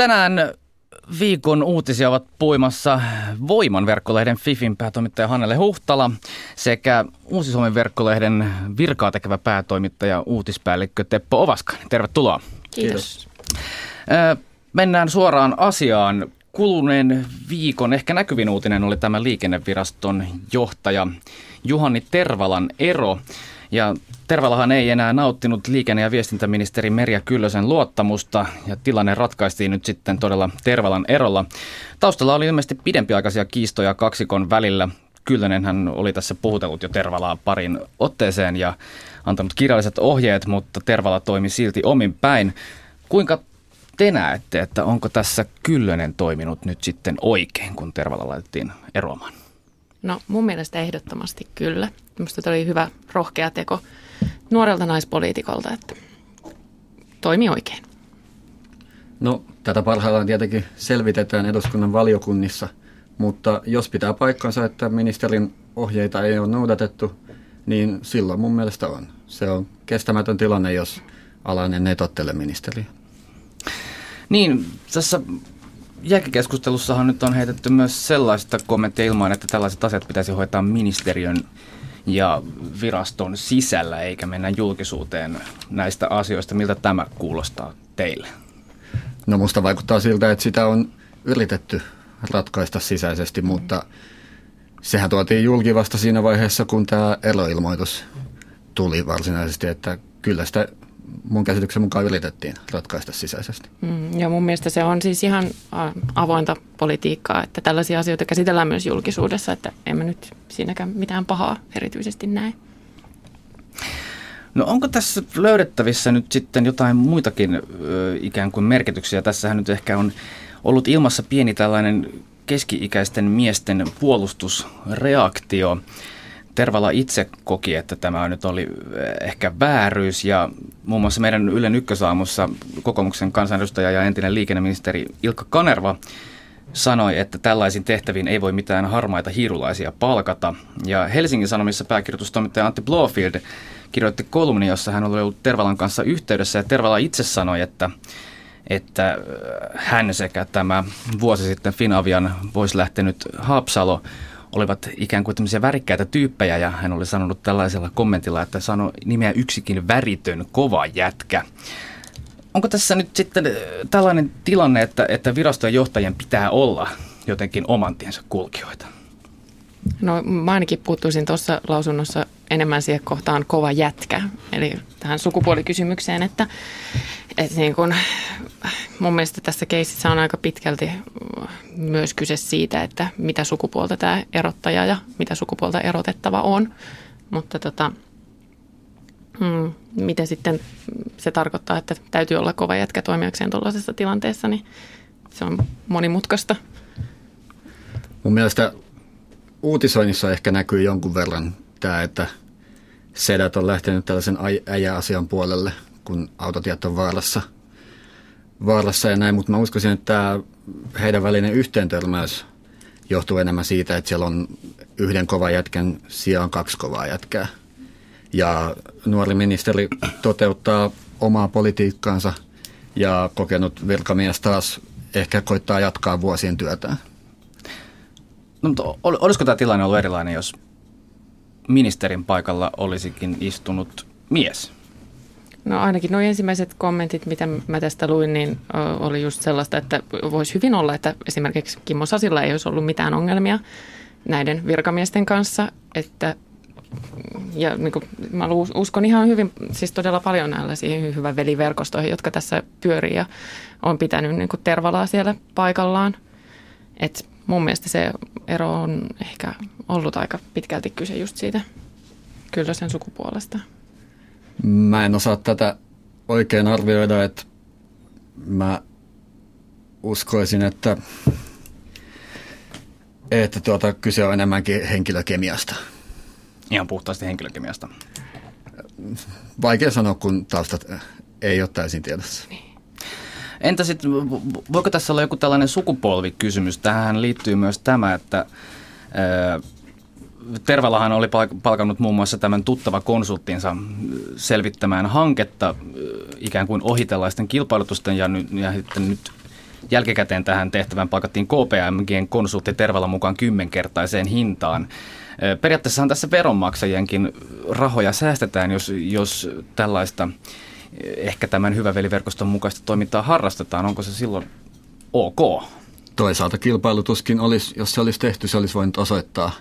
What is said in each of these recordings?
Tänään viikon uutisia ovat puimassa Voiman verkkolehden Fifin päätoimittaja Hannele Huhtala sekä Uusi Suomen verkkolehden virkaa tekevä päätoimittaja uutispäällikkö Teppo Ovaskainen. Tervetuloa. Kiitos. Mennään suoraan asiaan. Kuluneen viikon ehkä näkyvin uutinen oli tämä liikenneviraston johtaja Juhani Tervalan ero. Ja Tervalahan ei enää nauttinut liikenne- ja viestintäministeri Merja Kyllösen luottamusta ja tilanne ratkaistiin nyt sitten todella Tervalan erolla. Taustalla oli ilmeisesti pidempiaikaisia kiistoja kaksikon välillä. Kyllönen hän oli tässä puhutellut jo Tervalaa parin otteeseen ja antanut kirjalliset ohjeet, mutta Tervala toimi silti omin päin. Kuinka te näette, että onko tässä Kyllönen toiminut nyt sitten oikein, kun Tervala laitettiin eroamaan? No mun mielestä ehdottomasti kyllä. Minusta oli hyvä, rohkea teko nuorelta naispoliitikolta, että toimi oikein. No tätä parhaillaan tietenkin selvitetään eduskunnan valiokunnissa, mutta jos pitää paikkansa, että ministerin ohjeita ei ole noudatettu, niin silloin mun mielestä on. Se on kestämätön tilanne, jos alainen ei tottele ministeriä. Niin, tässä jälkikeskustelussahan nyt on heitetty myös sellaista kommenttia ilmaan, että tällaiset asiat pitäisi hoitaa ministeriön ja viraston sisällä, eikä mennä julkisuuteen näistä asioista. Miltä tämä kuulostaa teille? No musta vaikuttaa siltä, että sitä on yritetty ratkaista sisäisesti, mutta sehän tuotiin julki vasta siinä vaiheessa, kun tämä eroilmoitus tuli varsinaisesti, että kyllä sitä mun käsityksen mukaan yritettiin ratkaista sisäisesti. Ja mun mielestä se on siis ihan avointa politiikkaa, että tällaisia asioita käsitellään myös julkisuudessa, että emme nyt siinäkään mitään pahaa erityisesti näe. No onko tässä löydettävissä nyt sitten jotain muitakin ikään kuin merkityksiä? Tässähän nyt ehkä on ollut ilmassa pieni tällainen keski-ikäisten miesten puolustusreaktio. Tervala itse koki, että tämä nyt oli ehkä vääryys ja muun muassa meidän Ylen Ykkösaamussa kokoomuksen kansanedustaja ja entinen liikenneministeri Ilkka Kanerva sanoi, että tällaisiin tehtäviin ei voi mitään harmaita hiirulaisia palkata. Ja Helsingin Sanomissa pääkirjoitustoimittaja Antti Blofield kirjoitti kolumni, jossa hän oli ollut Tervalan kanssa yhteydessä ja Tervala itse sanoi, että hän sekä tämä vuosi sitten Finavian voisi lähtenyt Haapsalo olivat ikään kuin tämmöisiä värikkäitä tyyppejä ja hän oli sanonut tällaisella kommentilla, että sanoi nimeä yksikin väritön kova jätkä. Onko tässä nyt sitten tällainen tilanne, että virastojen johtajien pitää olla jotenkin oman tiensä kulkijoita? No mä ainakin puuttuisin tuossa lausunnossa enemmän siihen kohtaan kova jätkä, eli tähän sukupuolikysymykseen, että niin kun, mun mielestä tässä keississä on aika pitkälti myös kyse siitä, että mitä sukupuolta tämä erottaja ja mitä sukupuolta erotettava on, mutta miten sitten se tarkoittaa, että täytyy olla kova jätkä toimijakseen tuollaisessa tilanteessa, niin se on monimutkaista. Mun mielestä uutisoinnissa ehkä näkyy jonkun verran tämä, että sedät on lähtenyt tällaisen äijäasian puolelle, kun autotiet on vaarassa ja näin, mutta mä uskoisin, että tämä heidän välinen yhteentörmäys johtuu enemmän siitä, että siellä on yhden kovan jätkän sijaan kaksi kovaa jätkää. Ja nuori ministeri toteuttaa omaa politiikkaansa ja kokenut virkamies taas ehkä koittaa jatkaa vuosien työtään. No, mutta olisiko tämä tilanne ollut erilainen, jos ministerin paikalla olisikin istunut mies? No ainakin nuo ensimmäiset kommentit, mitä mä tästä luin, niin oli just sellaista, että voisi hyvin olla, että esimerkiksi Kimmo Sasilla ei olisi ollut mitään ongelmia näiden virkamiesten kanssa, että ja niin kuin mä uskon ihan hyvin, siis todella paljon näihin hyvän veliverkostoihin, jotka tässä pyörii ja on pitänyt niin kuin Tervalaa siellä paikallaan. Et mun mielestä se ero on ehkä ollut aika pitkälti kyse just siitä Kyllösen sukupuolesta. Mä en osaa tätä oikein arvioida, että mä uskoisin, että kyse on enemmänkin henkilökemiasta. Ihan puhtaasti henkilökemiasta. Vaikea sanoa, kun taustat ei ole täysin tiedossa. Entä sitten, voiko tässä olla joku tällainen sukupolvikysymys? Tähän liittyy myös tämä, että Tervalahan oli palkannut muun muassa tämän tuttava konsulttinsa selvittämään hanketta ikään kuin ohitellaisten kilpailutusten ja nyt jälkikäteen tähän tehtävään palkattiin KPMG:n konsultti Tervalan mukaan 10-kertaiseen hintaan. Periaatteessahan tässä veronmaksajienkin rahoja säästetään, jos tällaista ehkä tämän Hyvä Veli-verkoston mukaista toimintaa harrastetaan. Onko se silloin ok? Toisaalta kilpailutuskin olisi, jos se olisi tehty, se olisi voinut osoittaa,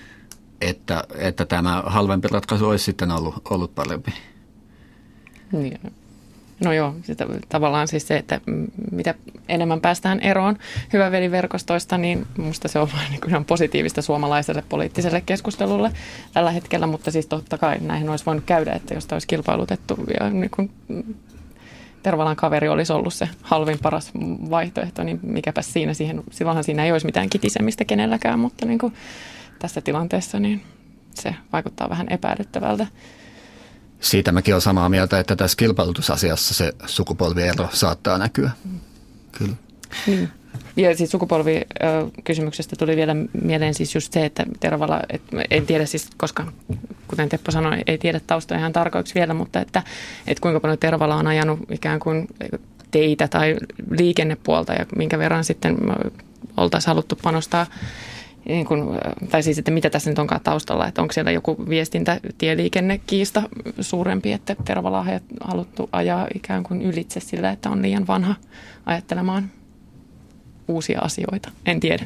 että tämä halvempi ratkaisu olisi sitten ollut parempi. Niin. No joo, tavallaan siis se, että mitä enemmän päästään eroon Hyvä Veli-verkostoista, niin musta se on niin ihan positiivista suomalaiselle poliittiselle keskustelulle tällä hetkellä, mutta siis totta kai näihin olisi voinut käydä, että jos tämä olisi kilpailutettu ja niin kun Tervalan kaveri olisi ollut se halvin paras vaihtoehto, niin mikäpäs siinä silloinhan siinä ei olisi mitään kitisemistä kenelläkään, mutta niin kuin tässä tilanteessa niin se vaikuttaa vähän epäilyttävältä. Siitä mäkin olen samaa mieltä, että tässä kilpailutusasiassa se sukupolviero saattaa näkyä. Kyllä. Niin. Ja siis sukupolvikysymyksestä tuli vielä mieleen siis just se, että Tervala, en tiedä siis, koska kuten Teppo sanoi, ei tiedä taustoja ihan tarkoiksi vielä, mutta että kuinka paljon Tervala on ajanut ikään kuin teitä tai liikennepuolta ja minkä verran sitten oltaisiin haluttu panostaa, niin kun, tai siis, että mitä tässä nyt onkaan taustalla, että onko siellä joku viestintätieliikennekiista suurempi, että Tervala on haluttu ajaa ikään kuin ylitse sillä, että on liian vanha ajattelemaan uusia asioita. En tiedä.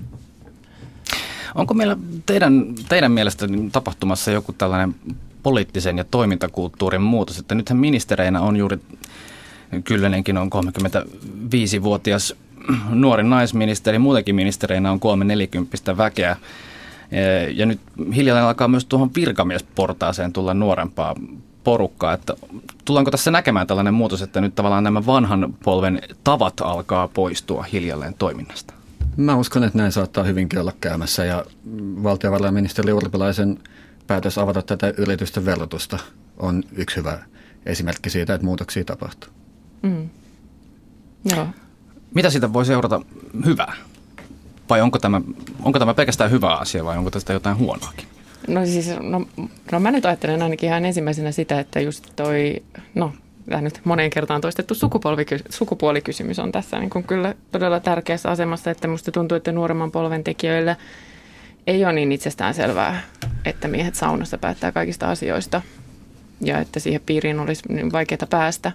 Onko meillä teidän mielestä tapahtumassa joku tällainen poliittisen ja toimintakulttuurin muutos, että nythän ministereinä on juuri, Kyllönenkin on 35-vuotias nuori naisministeri, muutenkin ministereinä on 3-40 väkeä. Ja nyt hiljalleen alkaa myös tuohon virkamiesportaaseen tulla nuorempaa porukkaa. Että tullaanko tässä näkemään tällainen muutos, että nyt tavallaan nämä vanhan polven tavat alkaa poistua hiljalleen toiminnasta? Mä uskon, että näin saattaa hyvinkin olla käymässä ja valtiovarainministeri Urpilaisen päätös avata tätä yritysten verotusta on yksi hyvä esimerkki siitä, että muutoksia tapahtuu. Mm. Joo. Mitä siitä voi seurata hyvää? Vai onko tämä pelkästään hyvä asia vai onko tästä jotain huonoakin? No siis, no mä nyt ajattelen ainakin ihan ensimmäisenä sitä, että just tämä nyt moneen kertaan toistettu sukupuolikysymys on tässä niin kuin kyllä todella tärkeässä asemassa, että musta tuntuu, että nuoremman polven tekijöillä ei ole niin itsestään selvää, että miehet saunassa päättää kaikista asioista ja että siihen piiriin olisi niin vaikeaa päästä,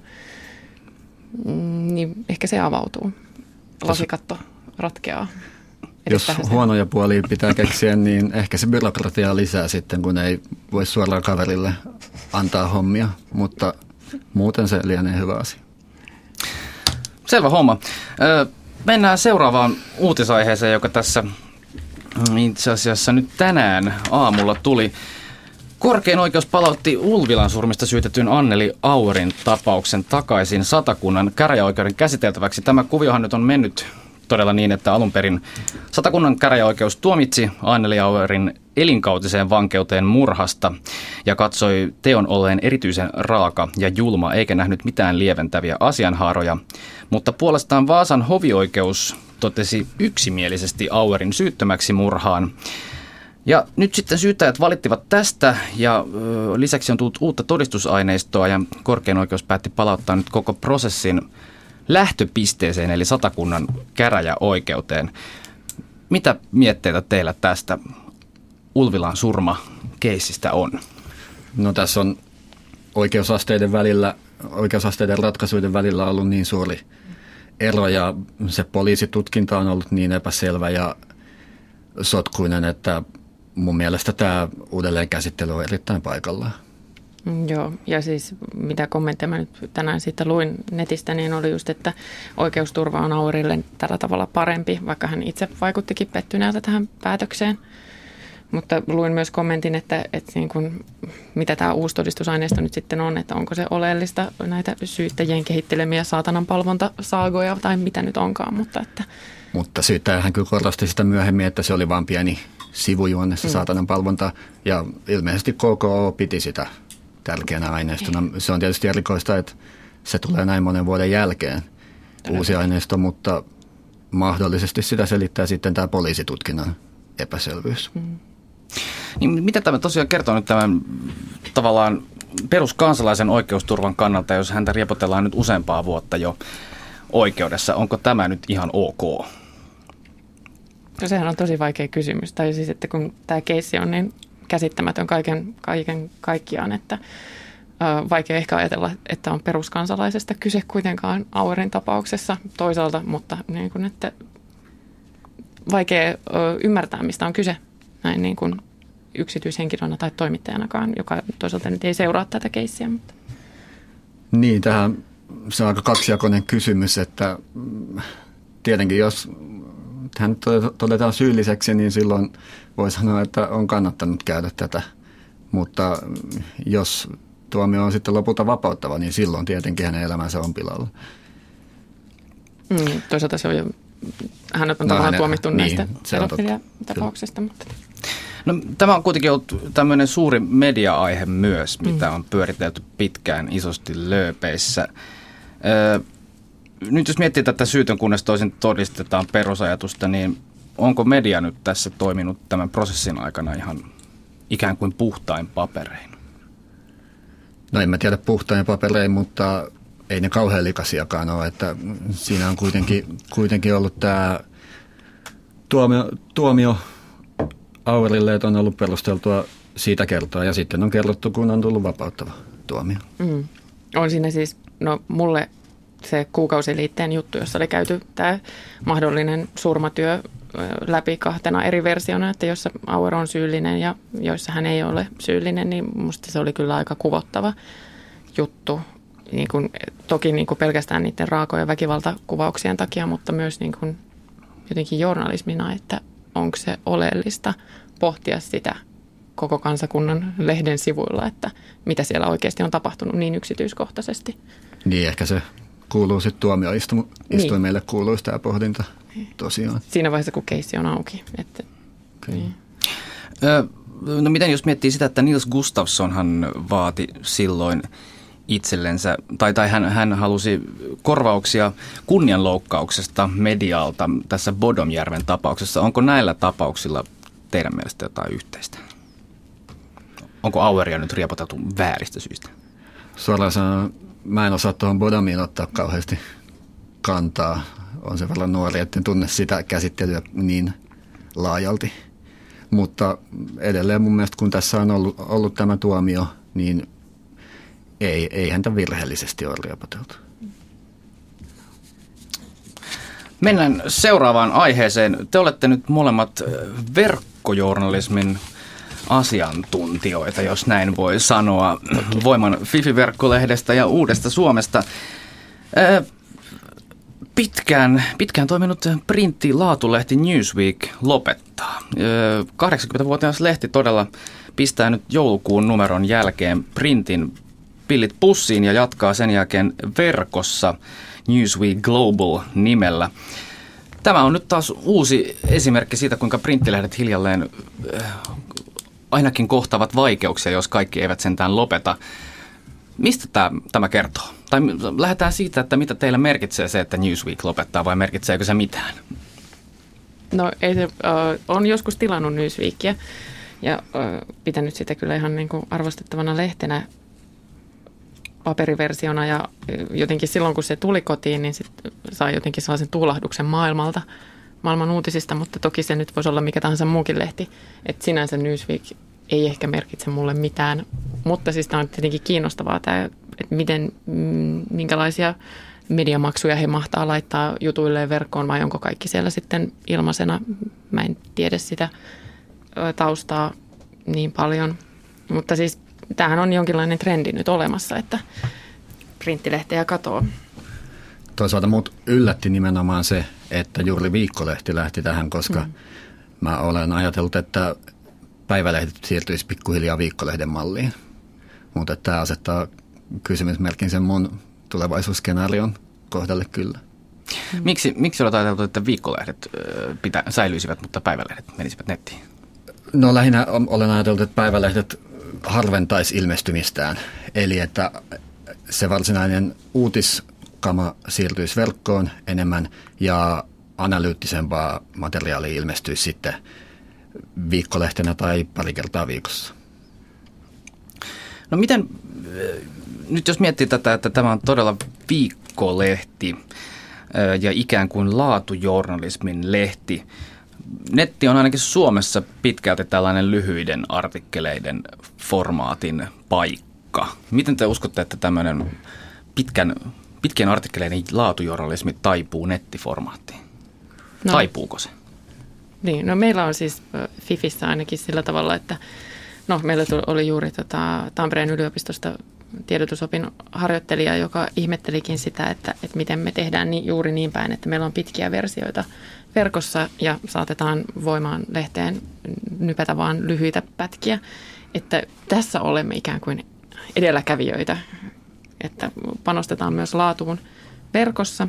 niin ehkä se avautuu. Lasikatto ratkeaa. Jos huonoja puolia pitää keksiä, niin ehkä se byrokratiaa lisää sitten, kun ei voi suoraan kaverille antaa hommia, mutta muuten se lienee hyvä asia. Selvä homma. Mennään seuraavaan uutisaiheeseen, joka tässä itse asiassa nyt tänään aamulla tuli. Korkein oikeus palautti Ulvilan surmista syytetyn Anneli Auerin tapauksen takaisin Satakunnan käräjäoikeuden käsiteltäväksi. Tämä kuviohan nyt on mennyt todella niin, että alun perin Satakunnan käräjäoikeus tuomitsi Anneli Auerin elinkautiseen vankeuteen murhasta ja katsoi teon olleen erityisen raaka ja julma eikä nähnyt mitään lieventäviä asianhaaroja. Mutta puolestaan Vaasan hovioikeus totesi yksimielisesti Auerin syyttömäksi murhaan. Ja nyt sitten syyttäjät valittivat tästä ja lisäksi on tullut uutta todistusaineistoa ja korkein oikeus päätti palauttaa nyt koko prosessin lähtöpisteeseen eli Satakunnan käräjäoikeuteen. Mitä mietteitä teillä tästä Ulvilan surma-keissistä on? No tässä on oikeusasteiden ratkaisuiden välillä ollut niin suuri ero ja se poliisitutkinta on ollut niin epäselvä ja sotkuinen, että mun mielestä tämä uudelleenkäsittely on erittäin paikallaan. Joo, ja siis mitä kommentteja mä nyt tänään siitä luin netistä, niin oli just, että oikeusturva on Auerille tällä tavalla parempi, vaikka hän itse vaikuttikin pettyneeltä tähän päätökseen. Mutta luin myös kommentin, että niin kuin, mitä tämä uusi todistusaineisto nyt sitten on, että onko se oleellista näitä syyttäjien kehittelemiä saatananpalvontasaagoja tai mitä nyt onkaan. Mutta syyttäjähän kyllä korosti sitä myöhemmin, että se oli vain pieni sivujuonnessa saatananpalvonta ja ilmeisesti KKO piti sitä tärkeänä aineistona. Se on tietysti erikoista, että se tulee näin monen vuoden jälkeen uusi aineisto, mutta mahdollisesti sitä selittää sitten tämä poliisitutkinnan epäselvyys. Niin mitä tämä tosiaan kertoo nyt tämän tavallaan peruskansalaisen oikeusturvan kannalta, jos häntä riepotellaan nyt useampaa vuotta jo oikeudessa. Onko tämä nyt ihan ok? No sehän on tosi vaikea kysymys. Tai siis, että kun tämä keissi on niin käsittämätön kaiken kaikkiaan, että vaikea ehkä ajatella, että on peruskansalaisesta kyse kuitenkaan Auerin tapauksessa toisaalta, mutta niin kuin, että vaikea ymmärtää, mistä on kyse näin niin kuin yksityishenkilönä tai toimittajanakaan, joka toisaalta nyt ei seuraa tätä keissiä. Mutta. Niin, tähän se on aika kaksijakoinen kysymys, että tietenkin jos hän todetaan syylliseksi, niin silloin voi sanoa, että on kannattanut käydä tätä, mutta jos tuomio on sitten lopulta vapauttava, niin silloin tietenkin hänen elämänsä on pilalla. Toisaalta se on jo, hänet on tavallaan tuomittu näistä pedofiliatapauksista. Mutta. No, tämä on kuitenkin ollut tämmöinen suuri media-aihe myös, mitä on pyöritelty pitkään isosti lööpeissä. Nyt jos miettii tätä syytön, kunnes toisin todistetaan perusajatusta, niin onko media nyt tässä toiminut tämän prosessin aikana ihan ikään kuin puhtain paperein? No en mä tiedä puhtain paperein, mutta ei ne kauhean likaisiakaan ole. Että siinä on kuitenkin ollut tämä tuomio Auerille, että on ollut perusteltua siitä kertoa. Ja sitten on kerrottu, kun on tullut vapauttava tuomio. On siinä siis, no mulle se kuukausiliitteen juttu, jossa oli käyty tämä mahdollinen surmatyö läpi kahtena eri versiona, että jossa Auer on syyllinen ja joissa hän ei ole syyllinen, niin musta se oli kyllä aika kuvottava juttu. Niin kuin, toki niin kuin pelkästään niiden raakojen väkivaltakuvauksien takia, mutta myös niin kuin jotenkin journalismina, että onko se oleellista pohtia sitä koko kansakunnan lehden sivuilla, että mitä siellä oikeasti on tapahtunut niin yksityiskohtaisesti. Niin, ehkä se kuuluu sitten tuomioistuimelle niin. Kuuluisi tämä pohdinta tosiaan. Siinä vaiheessa, kun keissi on auki. Että, niin. No miten jos miettii sitä, että Nils Gustafssonhan vaati silloin itsellensä, tai hän halusi korvauksia kunnianloukkauksesta medialta tässä Bodomjärven tapauksessa. Onko näillä tapauksilla teidän mielestä jotain yhteistä? Onko Aueria nyt riepoteltu vääristä syistä? Suoraan sanoen, mä en osaa tuohon Bodomiin ottaa kauheasti kantaa. On sen verran nuori, etten tunne sitä käsittelyä niin laajalti. Edelleen mun mielestä, kun tässä on ollut tämä tuomio, niin ei häntä virheellisesti ole riepoteltu. Mennään seuraavaan aiheeseen. Te olette nyt molemmat verkkojournalismin asiantuntijoita, jos näin voi sanoa, Voiman Fifi-verkkolehdestä ja Uudesta Suomesta. Pitkään toiminut printti-laatulehti Newsweek lopettaa. 80-vuotias lehti todella pistää nyt joulukuun numeron jälkeen printin pillit pussiin ja jatkaa sen jälkeen verkossa Newsweek Global nimellä. Tämä on nyt taas uusi esimerkki siitä, kuinka printtilehdet hiljalleen ainakin kohtaavat vaikeuksia, jos kaikki eivät sentään lopeta. Mistä tämä kertoo? Tai lähdetään siitä, että mitä teillä merkitsee se, että Newsweek lopettaa, vai merkitseekö se mitään? No ei se, on joskus tilannut Newsweekia ja pitänyt sitä kyllä ihan niin kuin arvostettavana lehtenä paperiversiona ja jotenkin silloin, kun se tuli kotiin, niin sit sai jotenkin sellaisen tuulahduksen maailman uutisista, mutta toki se nyt voisi olla mikä tahansa muukin lehti. Että sinänsä Newsweek ei ehkä merkitse mulle mitään, mutta siis tämä on tietenkin kiinnostavaa, että minkälaisia mediamaksuja he mahtaa laittaa jutuilleen verkkoon vai onko kaikki siellä sitten ilmaisena. Mä en tiedä sitä taustaa niin paljon, mutta siis tämähän on jonkinlainen trendi nyt olemassa, että printtilehtejä katoaa. Toisaalta mut yllätti nimenomaan se, että juuri Viikkolehti lähti tähän, koska mä olen ajatellut, että päivälehdet siirtyisi pikkuhiljaa Viikkolehden malliin. Mutta tämä asettaa kysymysmerkin sen mun tulevaisuusskenaarion kohdalle kyllä. Miksi olet ajateltu, että Viikkolehdet säilyisivät, mutta päivälehdet menisivät nettiin? No lähinnä olen ajatellut, että päivälehdet harventaisi ilmestymistään. Eli että se varsinainen uutiskama siirtyisi verkkoon enemmän ja analyyttisempaa materiaalia ilmestyisi sitten viikkolehtenä tai pari kertaa viikossa. No miten, nyt jos miettii tätä, että tämä on todella viikkolehti, ja ikään kuin laatujournalismin lehti. Netti on ainakin Suomessa pitkälti tällainen lyhyiden artikkeleiden formaatin paikka. Miten te uskotte, että tämmöinen pitkien artikkeleiden laatujournalismi taipuu nettiformaattiin? No. Taipuuko se? Niin, no meillä on siis Fifissä ainakin sillä tavalla, että meillä oli juuri Tampereen yliopistosta tiedotusopin harjoittelija, joka ihmettelikin sitä, että miten me tehdään juuri niin päin, että meillä on pitkiä versioita verkossa ja saatetaan voimaan lehteen nypätä vaan lyhyitä pätkiä. Että tässä olemme ikään kuin edelläkävijöitä, että panostetaan myös laatuun verkossa,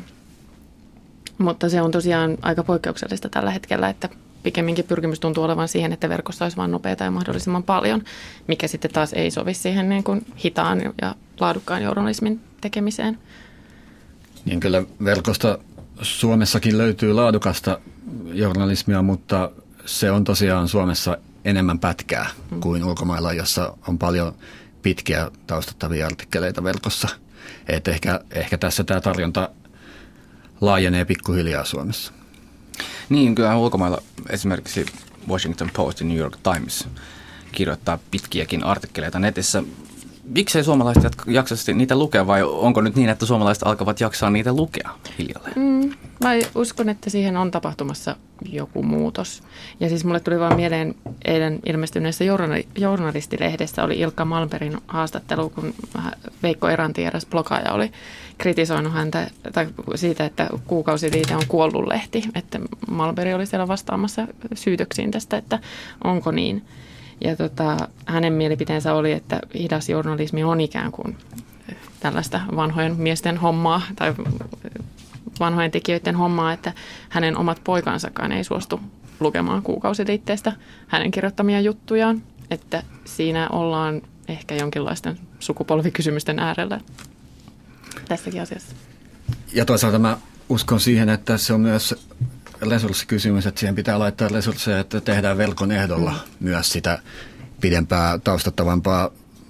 mutta se on tosiaan aika poikkeuksellista tällä hetkellä, että pikemminkin pyrkimys tuntuu olevan siihen, että verkossa olisi vain nopeata ja mahdollisimman paljon, mikä sitten taas ei sovi siihen niin kuin hitaan ja laadukkaan journalismin tekemiseen. Niin kyllä verkosta Suomessakin löytyy laadukasta journalismia, mutta se on tosiaan Suomessa enemmän pätkää kuin ulkomailla, jossa on paljon pitkiä taustattavia artikkeleita verkossa. Et ehkä tässä tämä tarjonta laajenee pikkuhiljaa Suomessa. Niin, kyllähän ulkomailla esimerkiksi Washington Post ja New York Times kirjoittaa pitkiäkin artikkeleita netissä. Miksei suomalaiset jaksa niitä lukea vai onko nyt niin, että suomalaiset alkavat jaksaa niitä lukea hiljalleen? Mä uskon, että siihen on tapahtumassa joku muutos. Ja siis mulle tuli vaan mieleen eilen ilmestyneessä journalistilehdessä oli Ilkka Malmbergin haastattelu, kun Veikko Eranti, eräs blogaaja, oli kritisoinut häntä siitä, että Kuukausiliite on kuollut lehti. Että Malmberg oli siellä vastaamassa syytöksiin tästä, että onko niin. Ja hänen mielipiteensä oli, että hidas journalismi on ikään kuin tällaista vanhojen miesten hommaa tai vanhojen tekijöiden hommaa, että hänen omat poikansakaan ei suostu lukemaan Kuukausiliitteestä hänen kirjoittamia juttujaan. Että siinä ollaan ehkä jonkinlaisten sukupolvikysymysten äärellä tässäkin asiassa. Ja toisaalta mä uskon siihen, että se on myös resurssikysymys, että siihen pitää laittaa resursseja, että tehdään verkon ehdolla myös sitä pidempää, taustattavampaa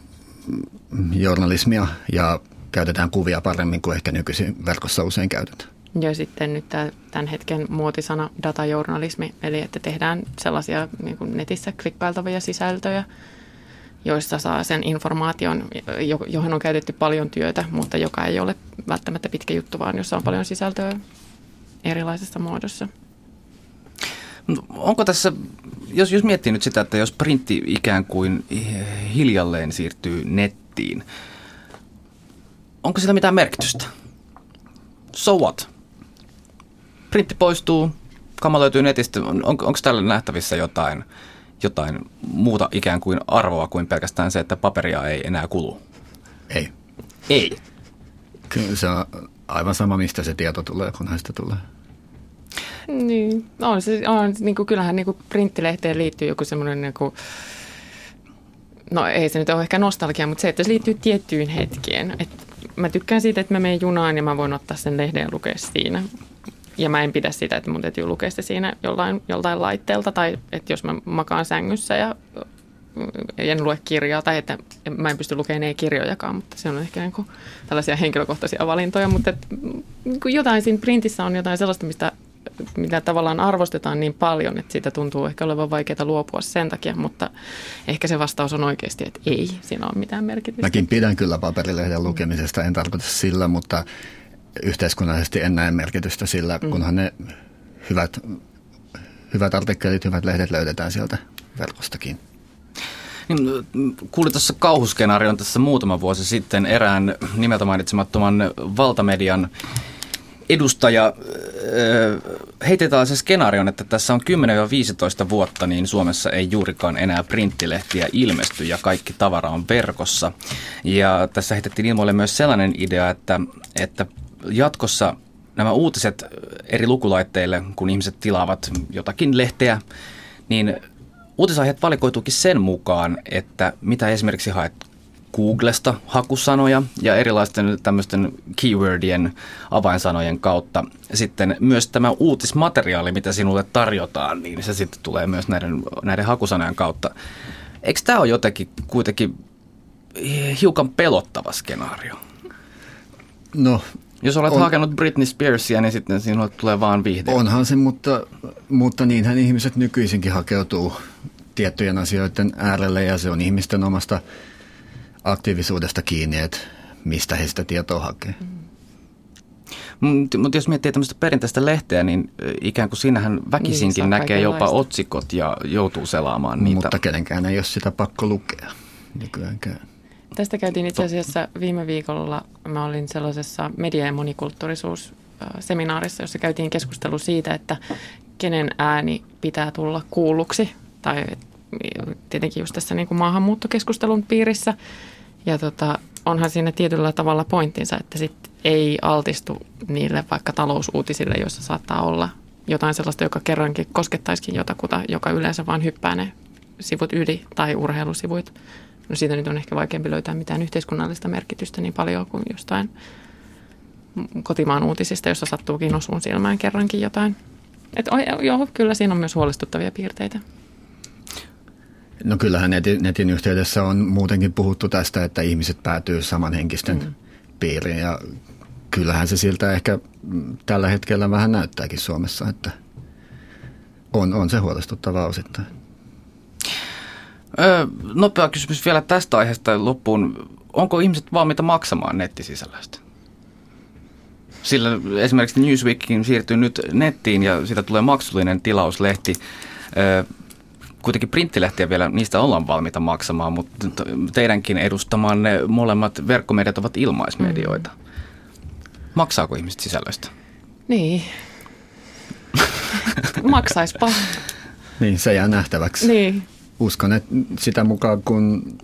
journalismia ja käytetään kuvia paremmin kuin ehkä nykyisin verkossa usein käytetään. Ja sitten nyt tämän hetken muotisana datajournalismi, eli että tehdään sellaisia niin kuin netissä klikkailtavia sisältöjä, joissa saa sen informaation, johon on käytetty paljon työtä, mutta joka ei ole välttämättä pitkä juttu, vaan jossa on paljon sisältöä erilaisessa muodossa. Onko tässä, jos miettii nyt sitä, että jos printti ikään kuin hiljalleen siirtyy nettiin, onko sillä mitään merkitystä? So what? Printti poistuu, kama löytyy netistä. Onko tällä nähtävissä jotain muuta ikään kuin arvoa kuin pelkästään se, että paperia ei enää kulu? Ei. Ei? Kyllä se on aivan sama, mistä se tieto tulee, kunhan sitä tulee. Niin, on niin kuin, kyllähän niin kuin printtilehteen liittyy joku semmoinen, niin kuin, no ei se nyt ole ehkä nostalgia, mutta se, että se liittyy tiettyyn hetkeen. Et mä tykkään siitä, että mä menen junaan ja mä voin ottaa sen lehden ja lukea siinä. Ja mä en pidä sitä, että mun täytyy lukea se siinä joltain laitteelta tai että jos mä makaan sängyssä ja en lue kirjaa tai että mä en pysty lukemaan e-kirjojakaan, mutta se on ehkä niin kuin tällaisia henkilökohtaisia valintoja. Mutta niin kuin jotain siinä printissä on jotain sellaista, mitä tavallaan arvostetaan niin paljon, että siitä tuntuu ehkä olevan vaikeaa luopua sen takia, mutta ehkä se vastaus on oikeasti, että ei siinä ole mitään merkitystä. Mäkin pidän kyllä paperilehden lukemisesta, en tarkoita sillä, mutta yhteiskunnallisesti en näe merkitystä sillä, kunhan ne hyvät artikkelit, hyvät lehdet löydetään sieltä verkostakin. Kuulin tuossa kauhuskenaarion tässä muutama vuosi sitten erään nimeltä mainitsemattoman valtamedian edustaja heitetään se skenaarion, että tässä on 10-15 vuotta, niin Suomessa ei juurikaan enää printtilehtiä ilmesty ja kaikki tavara on verkossa. Ja tässä heitettiin ilmoille myös sellainen idea, että jatkossa nämä uutiset eri lukulaitteille, kun ihmiset tilaavat jotakin lehteä, niin uutisaiheet valikoituukin sen mukaan, että mitä esimerkiksi haet Googlesta hakusanoja ja erilaisten tämmöisten keywordien avainsanojen kautta. Sitten myös tämä uutismateriaali, mitä sinulle tarjotaan, niin se sitten tulee myös näiden hakusanojen kautta. Eikö tämä ole jotenkin kuitenkin hiukan pelottava skenaario? No, Jos olet hakenut Britney Spearsia, niin sitten sinulle tulee vaan viihde. Onhan se, mutta niinhän ihmiset nykyisinkin hakeutuu tiettyjen asioiden äärelle ja se on ihmisten omasta aktiivisuudesta kiinni, että mistä he sitä tietoa hakee. Mutta jos miettii tämmöistä perinteistä lehteä, niin ikään kuin siinähän väkisinkin näkee jopa otsikot ja joutuu selaamaan niitä. Mutta kenenkään ei ole sitä pakko lukea nykyäänkään. Tästä käytiin itse asiassa viime viikolla. Mä olin sellaisessa media- ja monikulttuurisuusseminaarissa, jossa käytiin keskustelu siitä, että kenen ääni pitää tulla kuulluksi. Tai tietenkin just tässä niin kuin maahanmuuttokeskustelun piirissä. Ja onhan siinä tietyllä tavalla pointtinsa, että sit ei altistu niille vaikka talousuutisille, joissa saattaa olla jotain sellaista, joka kerrankin koskettaisikin jotakuta, joka yleensä vaan hyppää ne sivut yli tai urheilusivuit. No siitä nyt on ehkä vaikeampi löytää mitään yhteiskunnallista merkitystä niin paljon kuin jostain kotimaan uutisista, jossa sattuukin osuun silmään kerrankin jotain. Joo, kyllä siinä on myös huolestuttavia piirteitä. No kyllähän netin yhteydessä on muutenkin puhuttu tästä, että ihmiset päätyy samanhenkisten piiriin ja kyllähän se siltä ehkä tällä hetkellä vähän näyttääkin Suomessa, että on se huolestuttavaa osittain. Nopea kysymys vielä tästä aiheesta loppuun. Onko ihmiset valmiita maksamaan nettisisällöstä? Sillä esimerkiksi Newsweekin siirtyy nyt nettiin ja siitä tulee maksullinen tilauslehti. Kuitenkin printtilehtiä vielä, niistä ollaan valmiita maksamaan, mutta teidänkin edustamanne molemmat verkkomediat ovat ilmaismedioita. Maksaako ihmiset sisällöstä? Niin. Maksaispa. Niin, se jää nähtäväksi. Niin. Uskon, että sitä mukaan kun,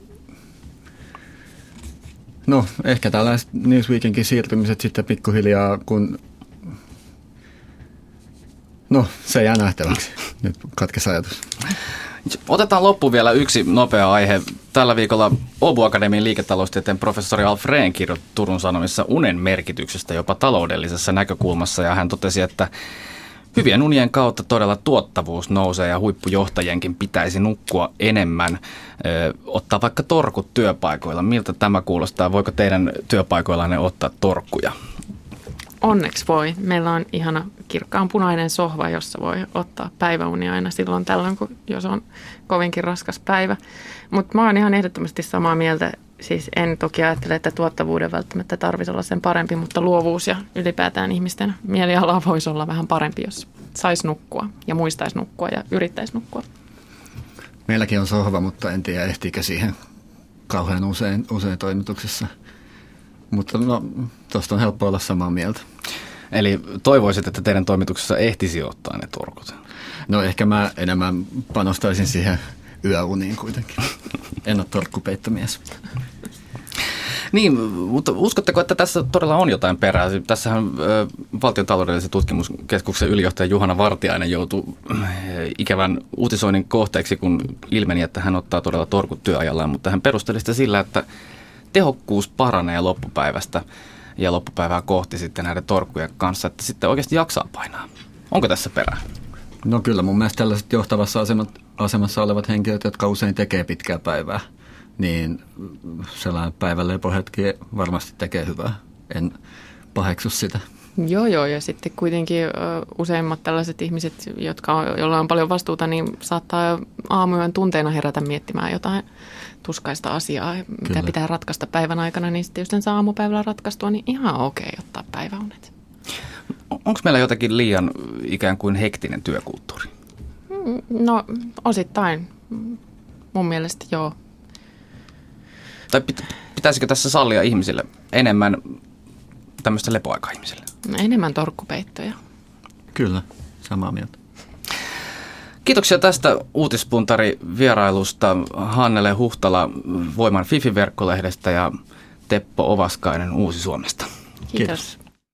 no ehkä tällaiset Newsweekinkin siirtymiset sitten pikkuhiljaa, kun, no se jää nähtäväksi. Nyt katkesi ajatus. Otetaan loppuun vielä yksi nopea aihe. Tällä viikolla Åbo Akademian liiketaloustieteen professori Alf Rehn kirjoitti Turun Sanomissa unen merkityksestä jopa taloudellisessa näkökulmassa ja hän totesi, että hyvien unien kautta todella tuottavuus nousee ja huippujohtajienkin pitäisi nukkua enemmän, ottaa vaikka torkut työpaikoilla. Miltä tämä kuulostaa? Voiko teidän työpaikoillanne ottaa torkkuja? Onneksi voi. Meillä on ihana kirkkaan punainen sohva, jossa voi ottaa päiväunia aina silloin tällöin, jos on kovinkin raskas päivä. Mutta mä oon ihan ehdottomasti samaa mieltä. Siis en toki ajattele, että tuottavuuden välttämättä tarvitsisi olla sen parempi, mutta luovuus ja ylipäätään ihmisten mieliala voisi olla vähän parempi, jos saisi nukkua ja muistaisi nukkua ja yrittäisi nukkua. Meilläkin on sohva, mutta en tiedä ehtiikö siihen kauhean usein toimituksessa. Mutta no, tuosta on helppo olla samaa mieltä. Eli toivoisit, että teidän toimituksessa ehtisi ottaa ne torkut? No ehkä mä enemmän panostaisin siihen yöuniin kuitenkin. En ole torkkupeittomies. Niin, mutta uskotteko, että tässä todella on jotain perää? Tässähän Valtion taloudellisen tutkimuskeskuksen ylijohtaja Juhana Vartiainen joutui ikävän uutisoinnin kohteeksi, kun ilmeni, että hän ottaa todella torkut työajallaan, mutta hän perusteli sitä sillä, että tehokkuus paranee loppupäivästä ja loppupäivää kohti sitten näiden torkkujen kanssa, että sitten oikeasti jaksaa painaa. Onko tässä perää? No kyllä, mun mielestä tällaiset johtavassa asemassa olevat henkilöt, jotka usein tekee pitkää päivää, niin sellainen päivänlepohetki varmasti tekee hyvää. En paheksu sitä. Joo, ja sitten kuitenkin useimmat tällaiset ihmiset, joilla on paljon vastuuta, niin saattaa aamuyön tunteina herätä miettimään jotain tuskaista asiaa, mitä pitää ratkaista päivän aikana, niin sitten jos sen saa aamupäivällä ratkaistua, niin ihan okei ottaa päiväunet. Onko meillä jotakin liian ikään kuin hektinen työkulttuuri? No osittain. Mun mielestä joo. Tai pitäisikö tässä sallia ihmisille enemmän tämmöistä lepoaikaa ihmisille? Enemmän torkkupeittoja. Kyllä, samaa mieltä. Kiitoksia tästä uutispuntari-vierailusta Hannele Huhtala Voiman Fifi-verkkolehdestä ja Teppo Ovaskainen Uusi-Suomesta. Kiitos.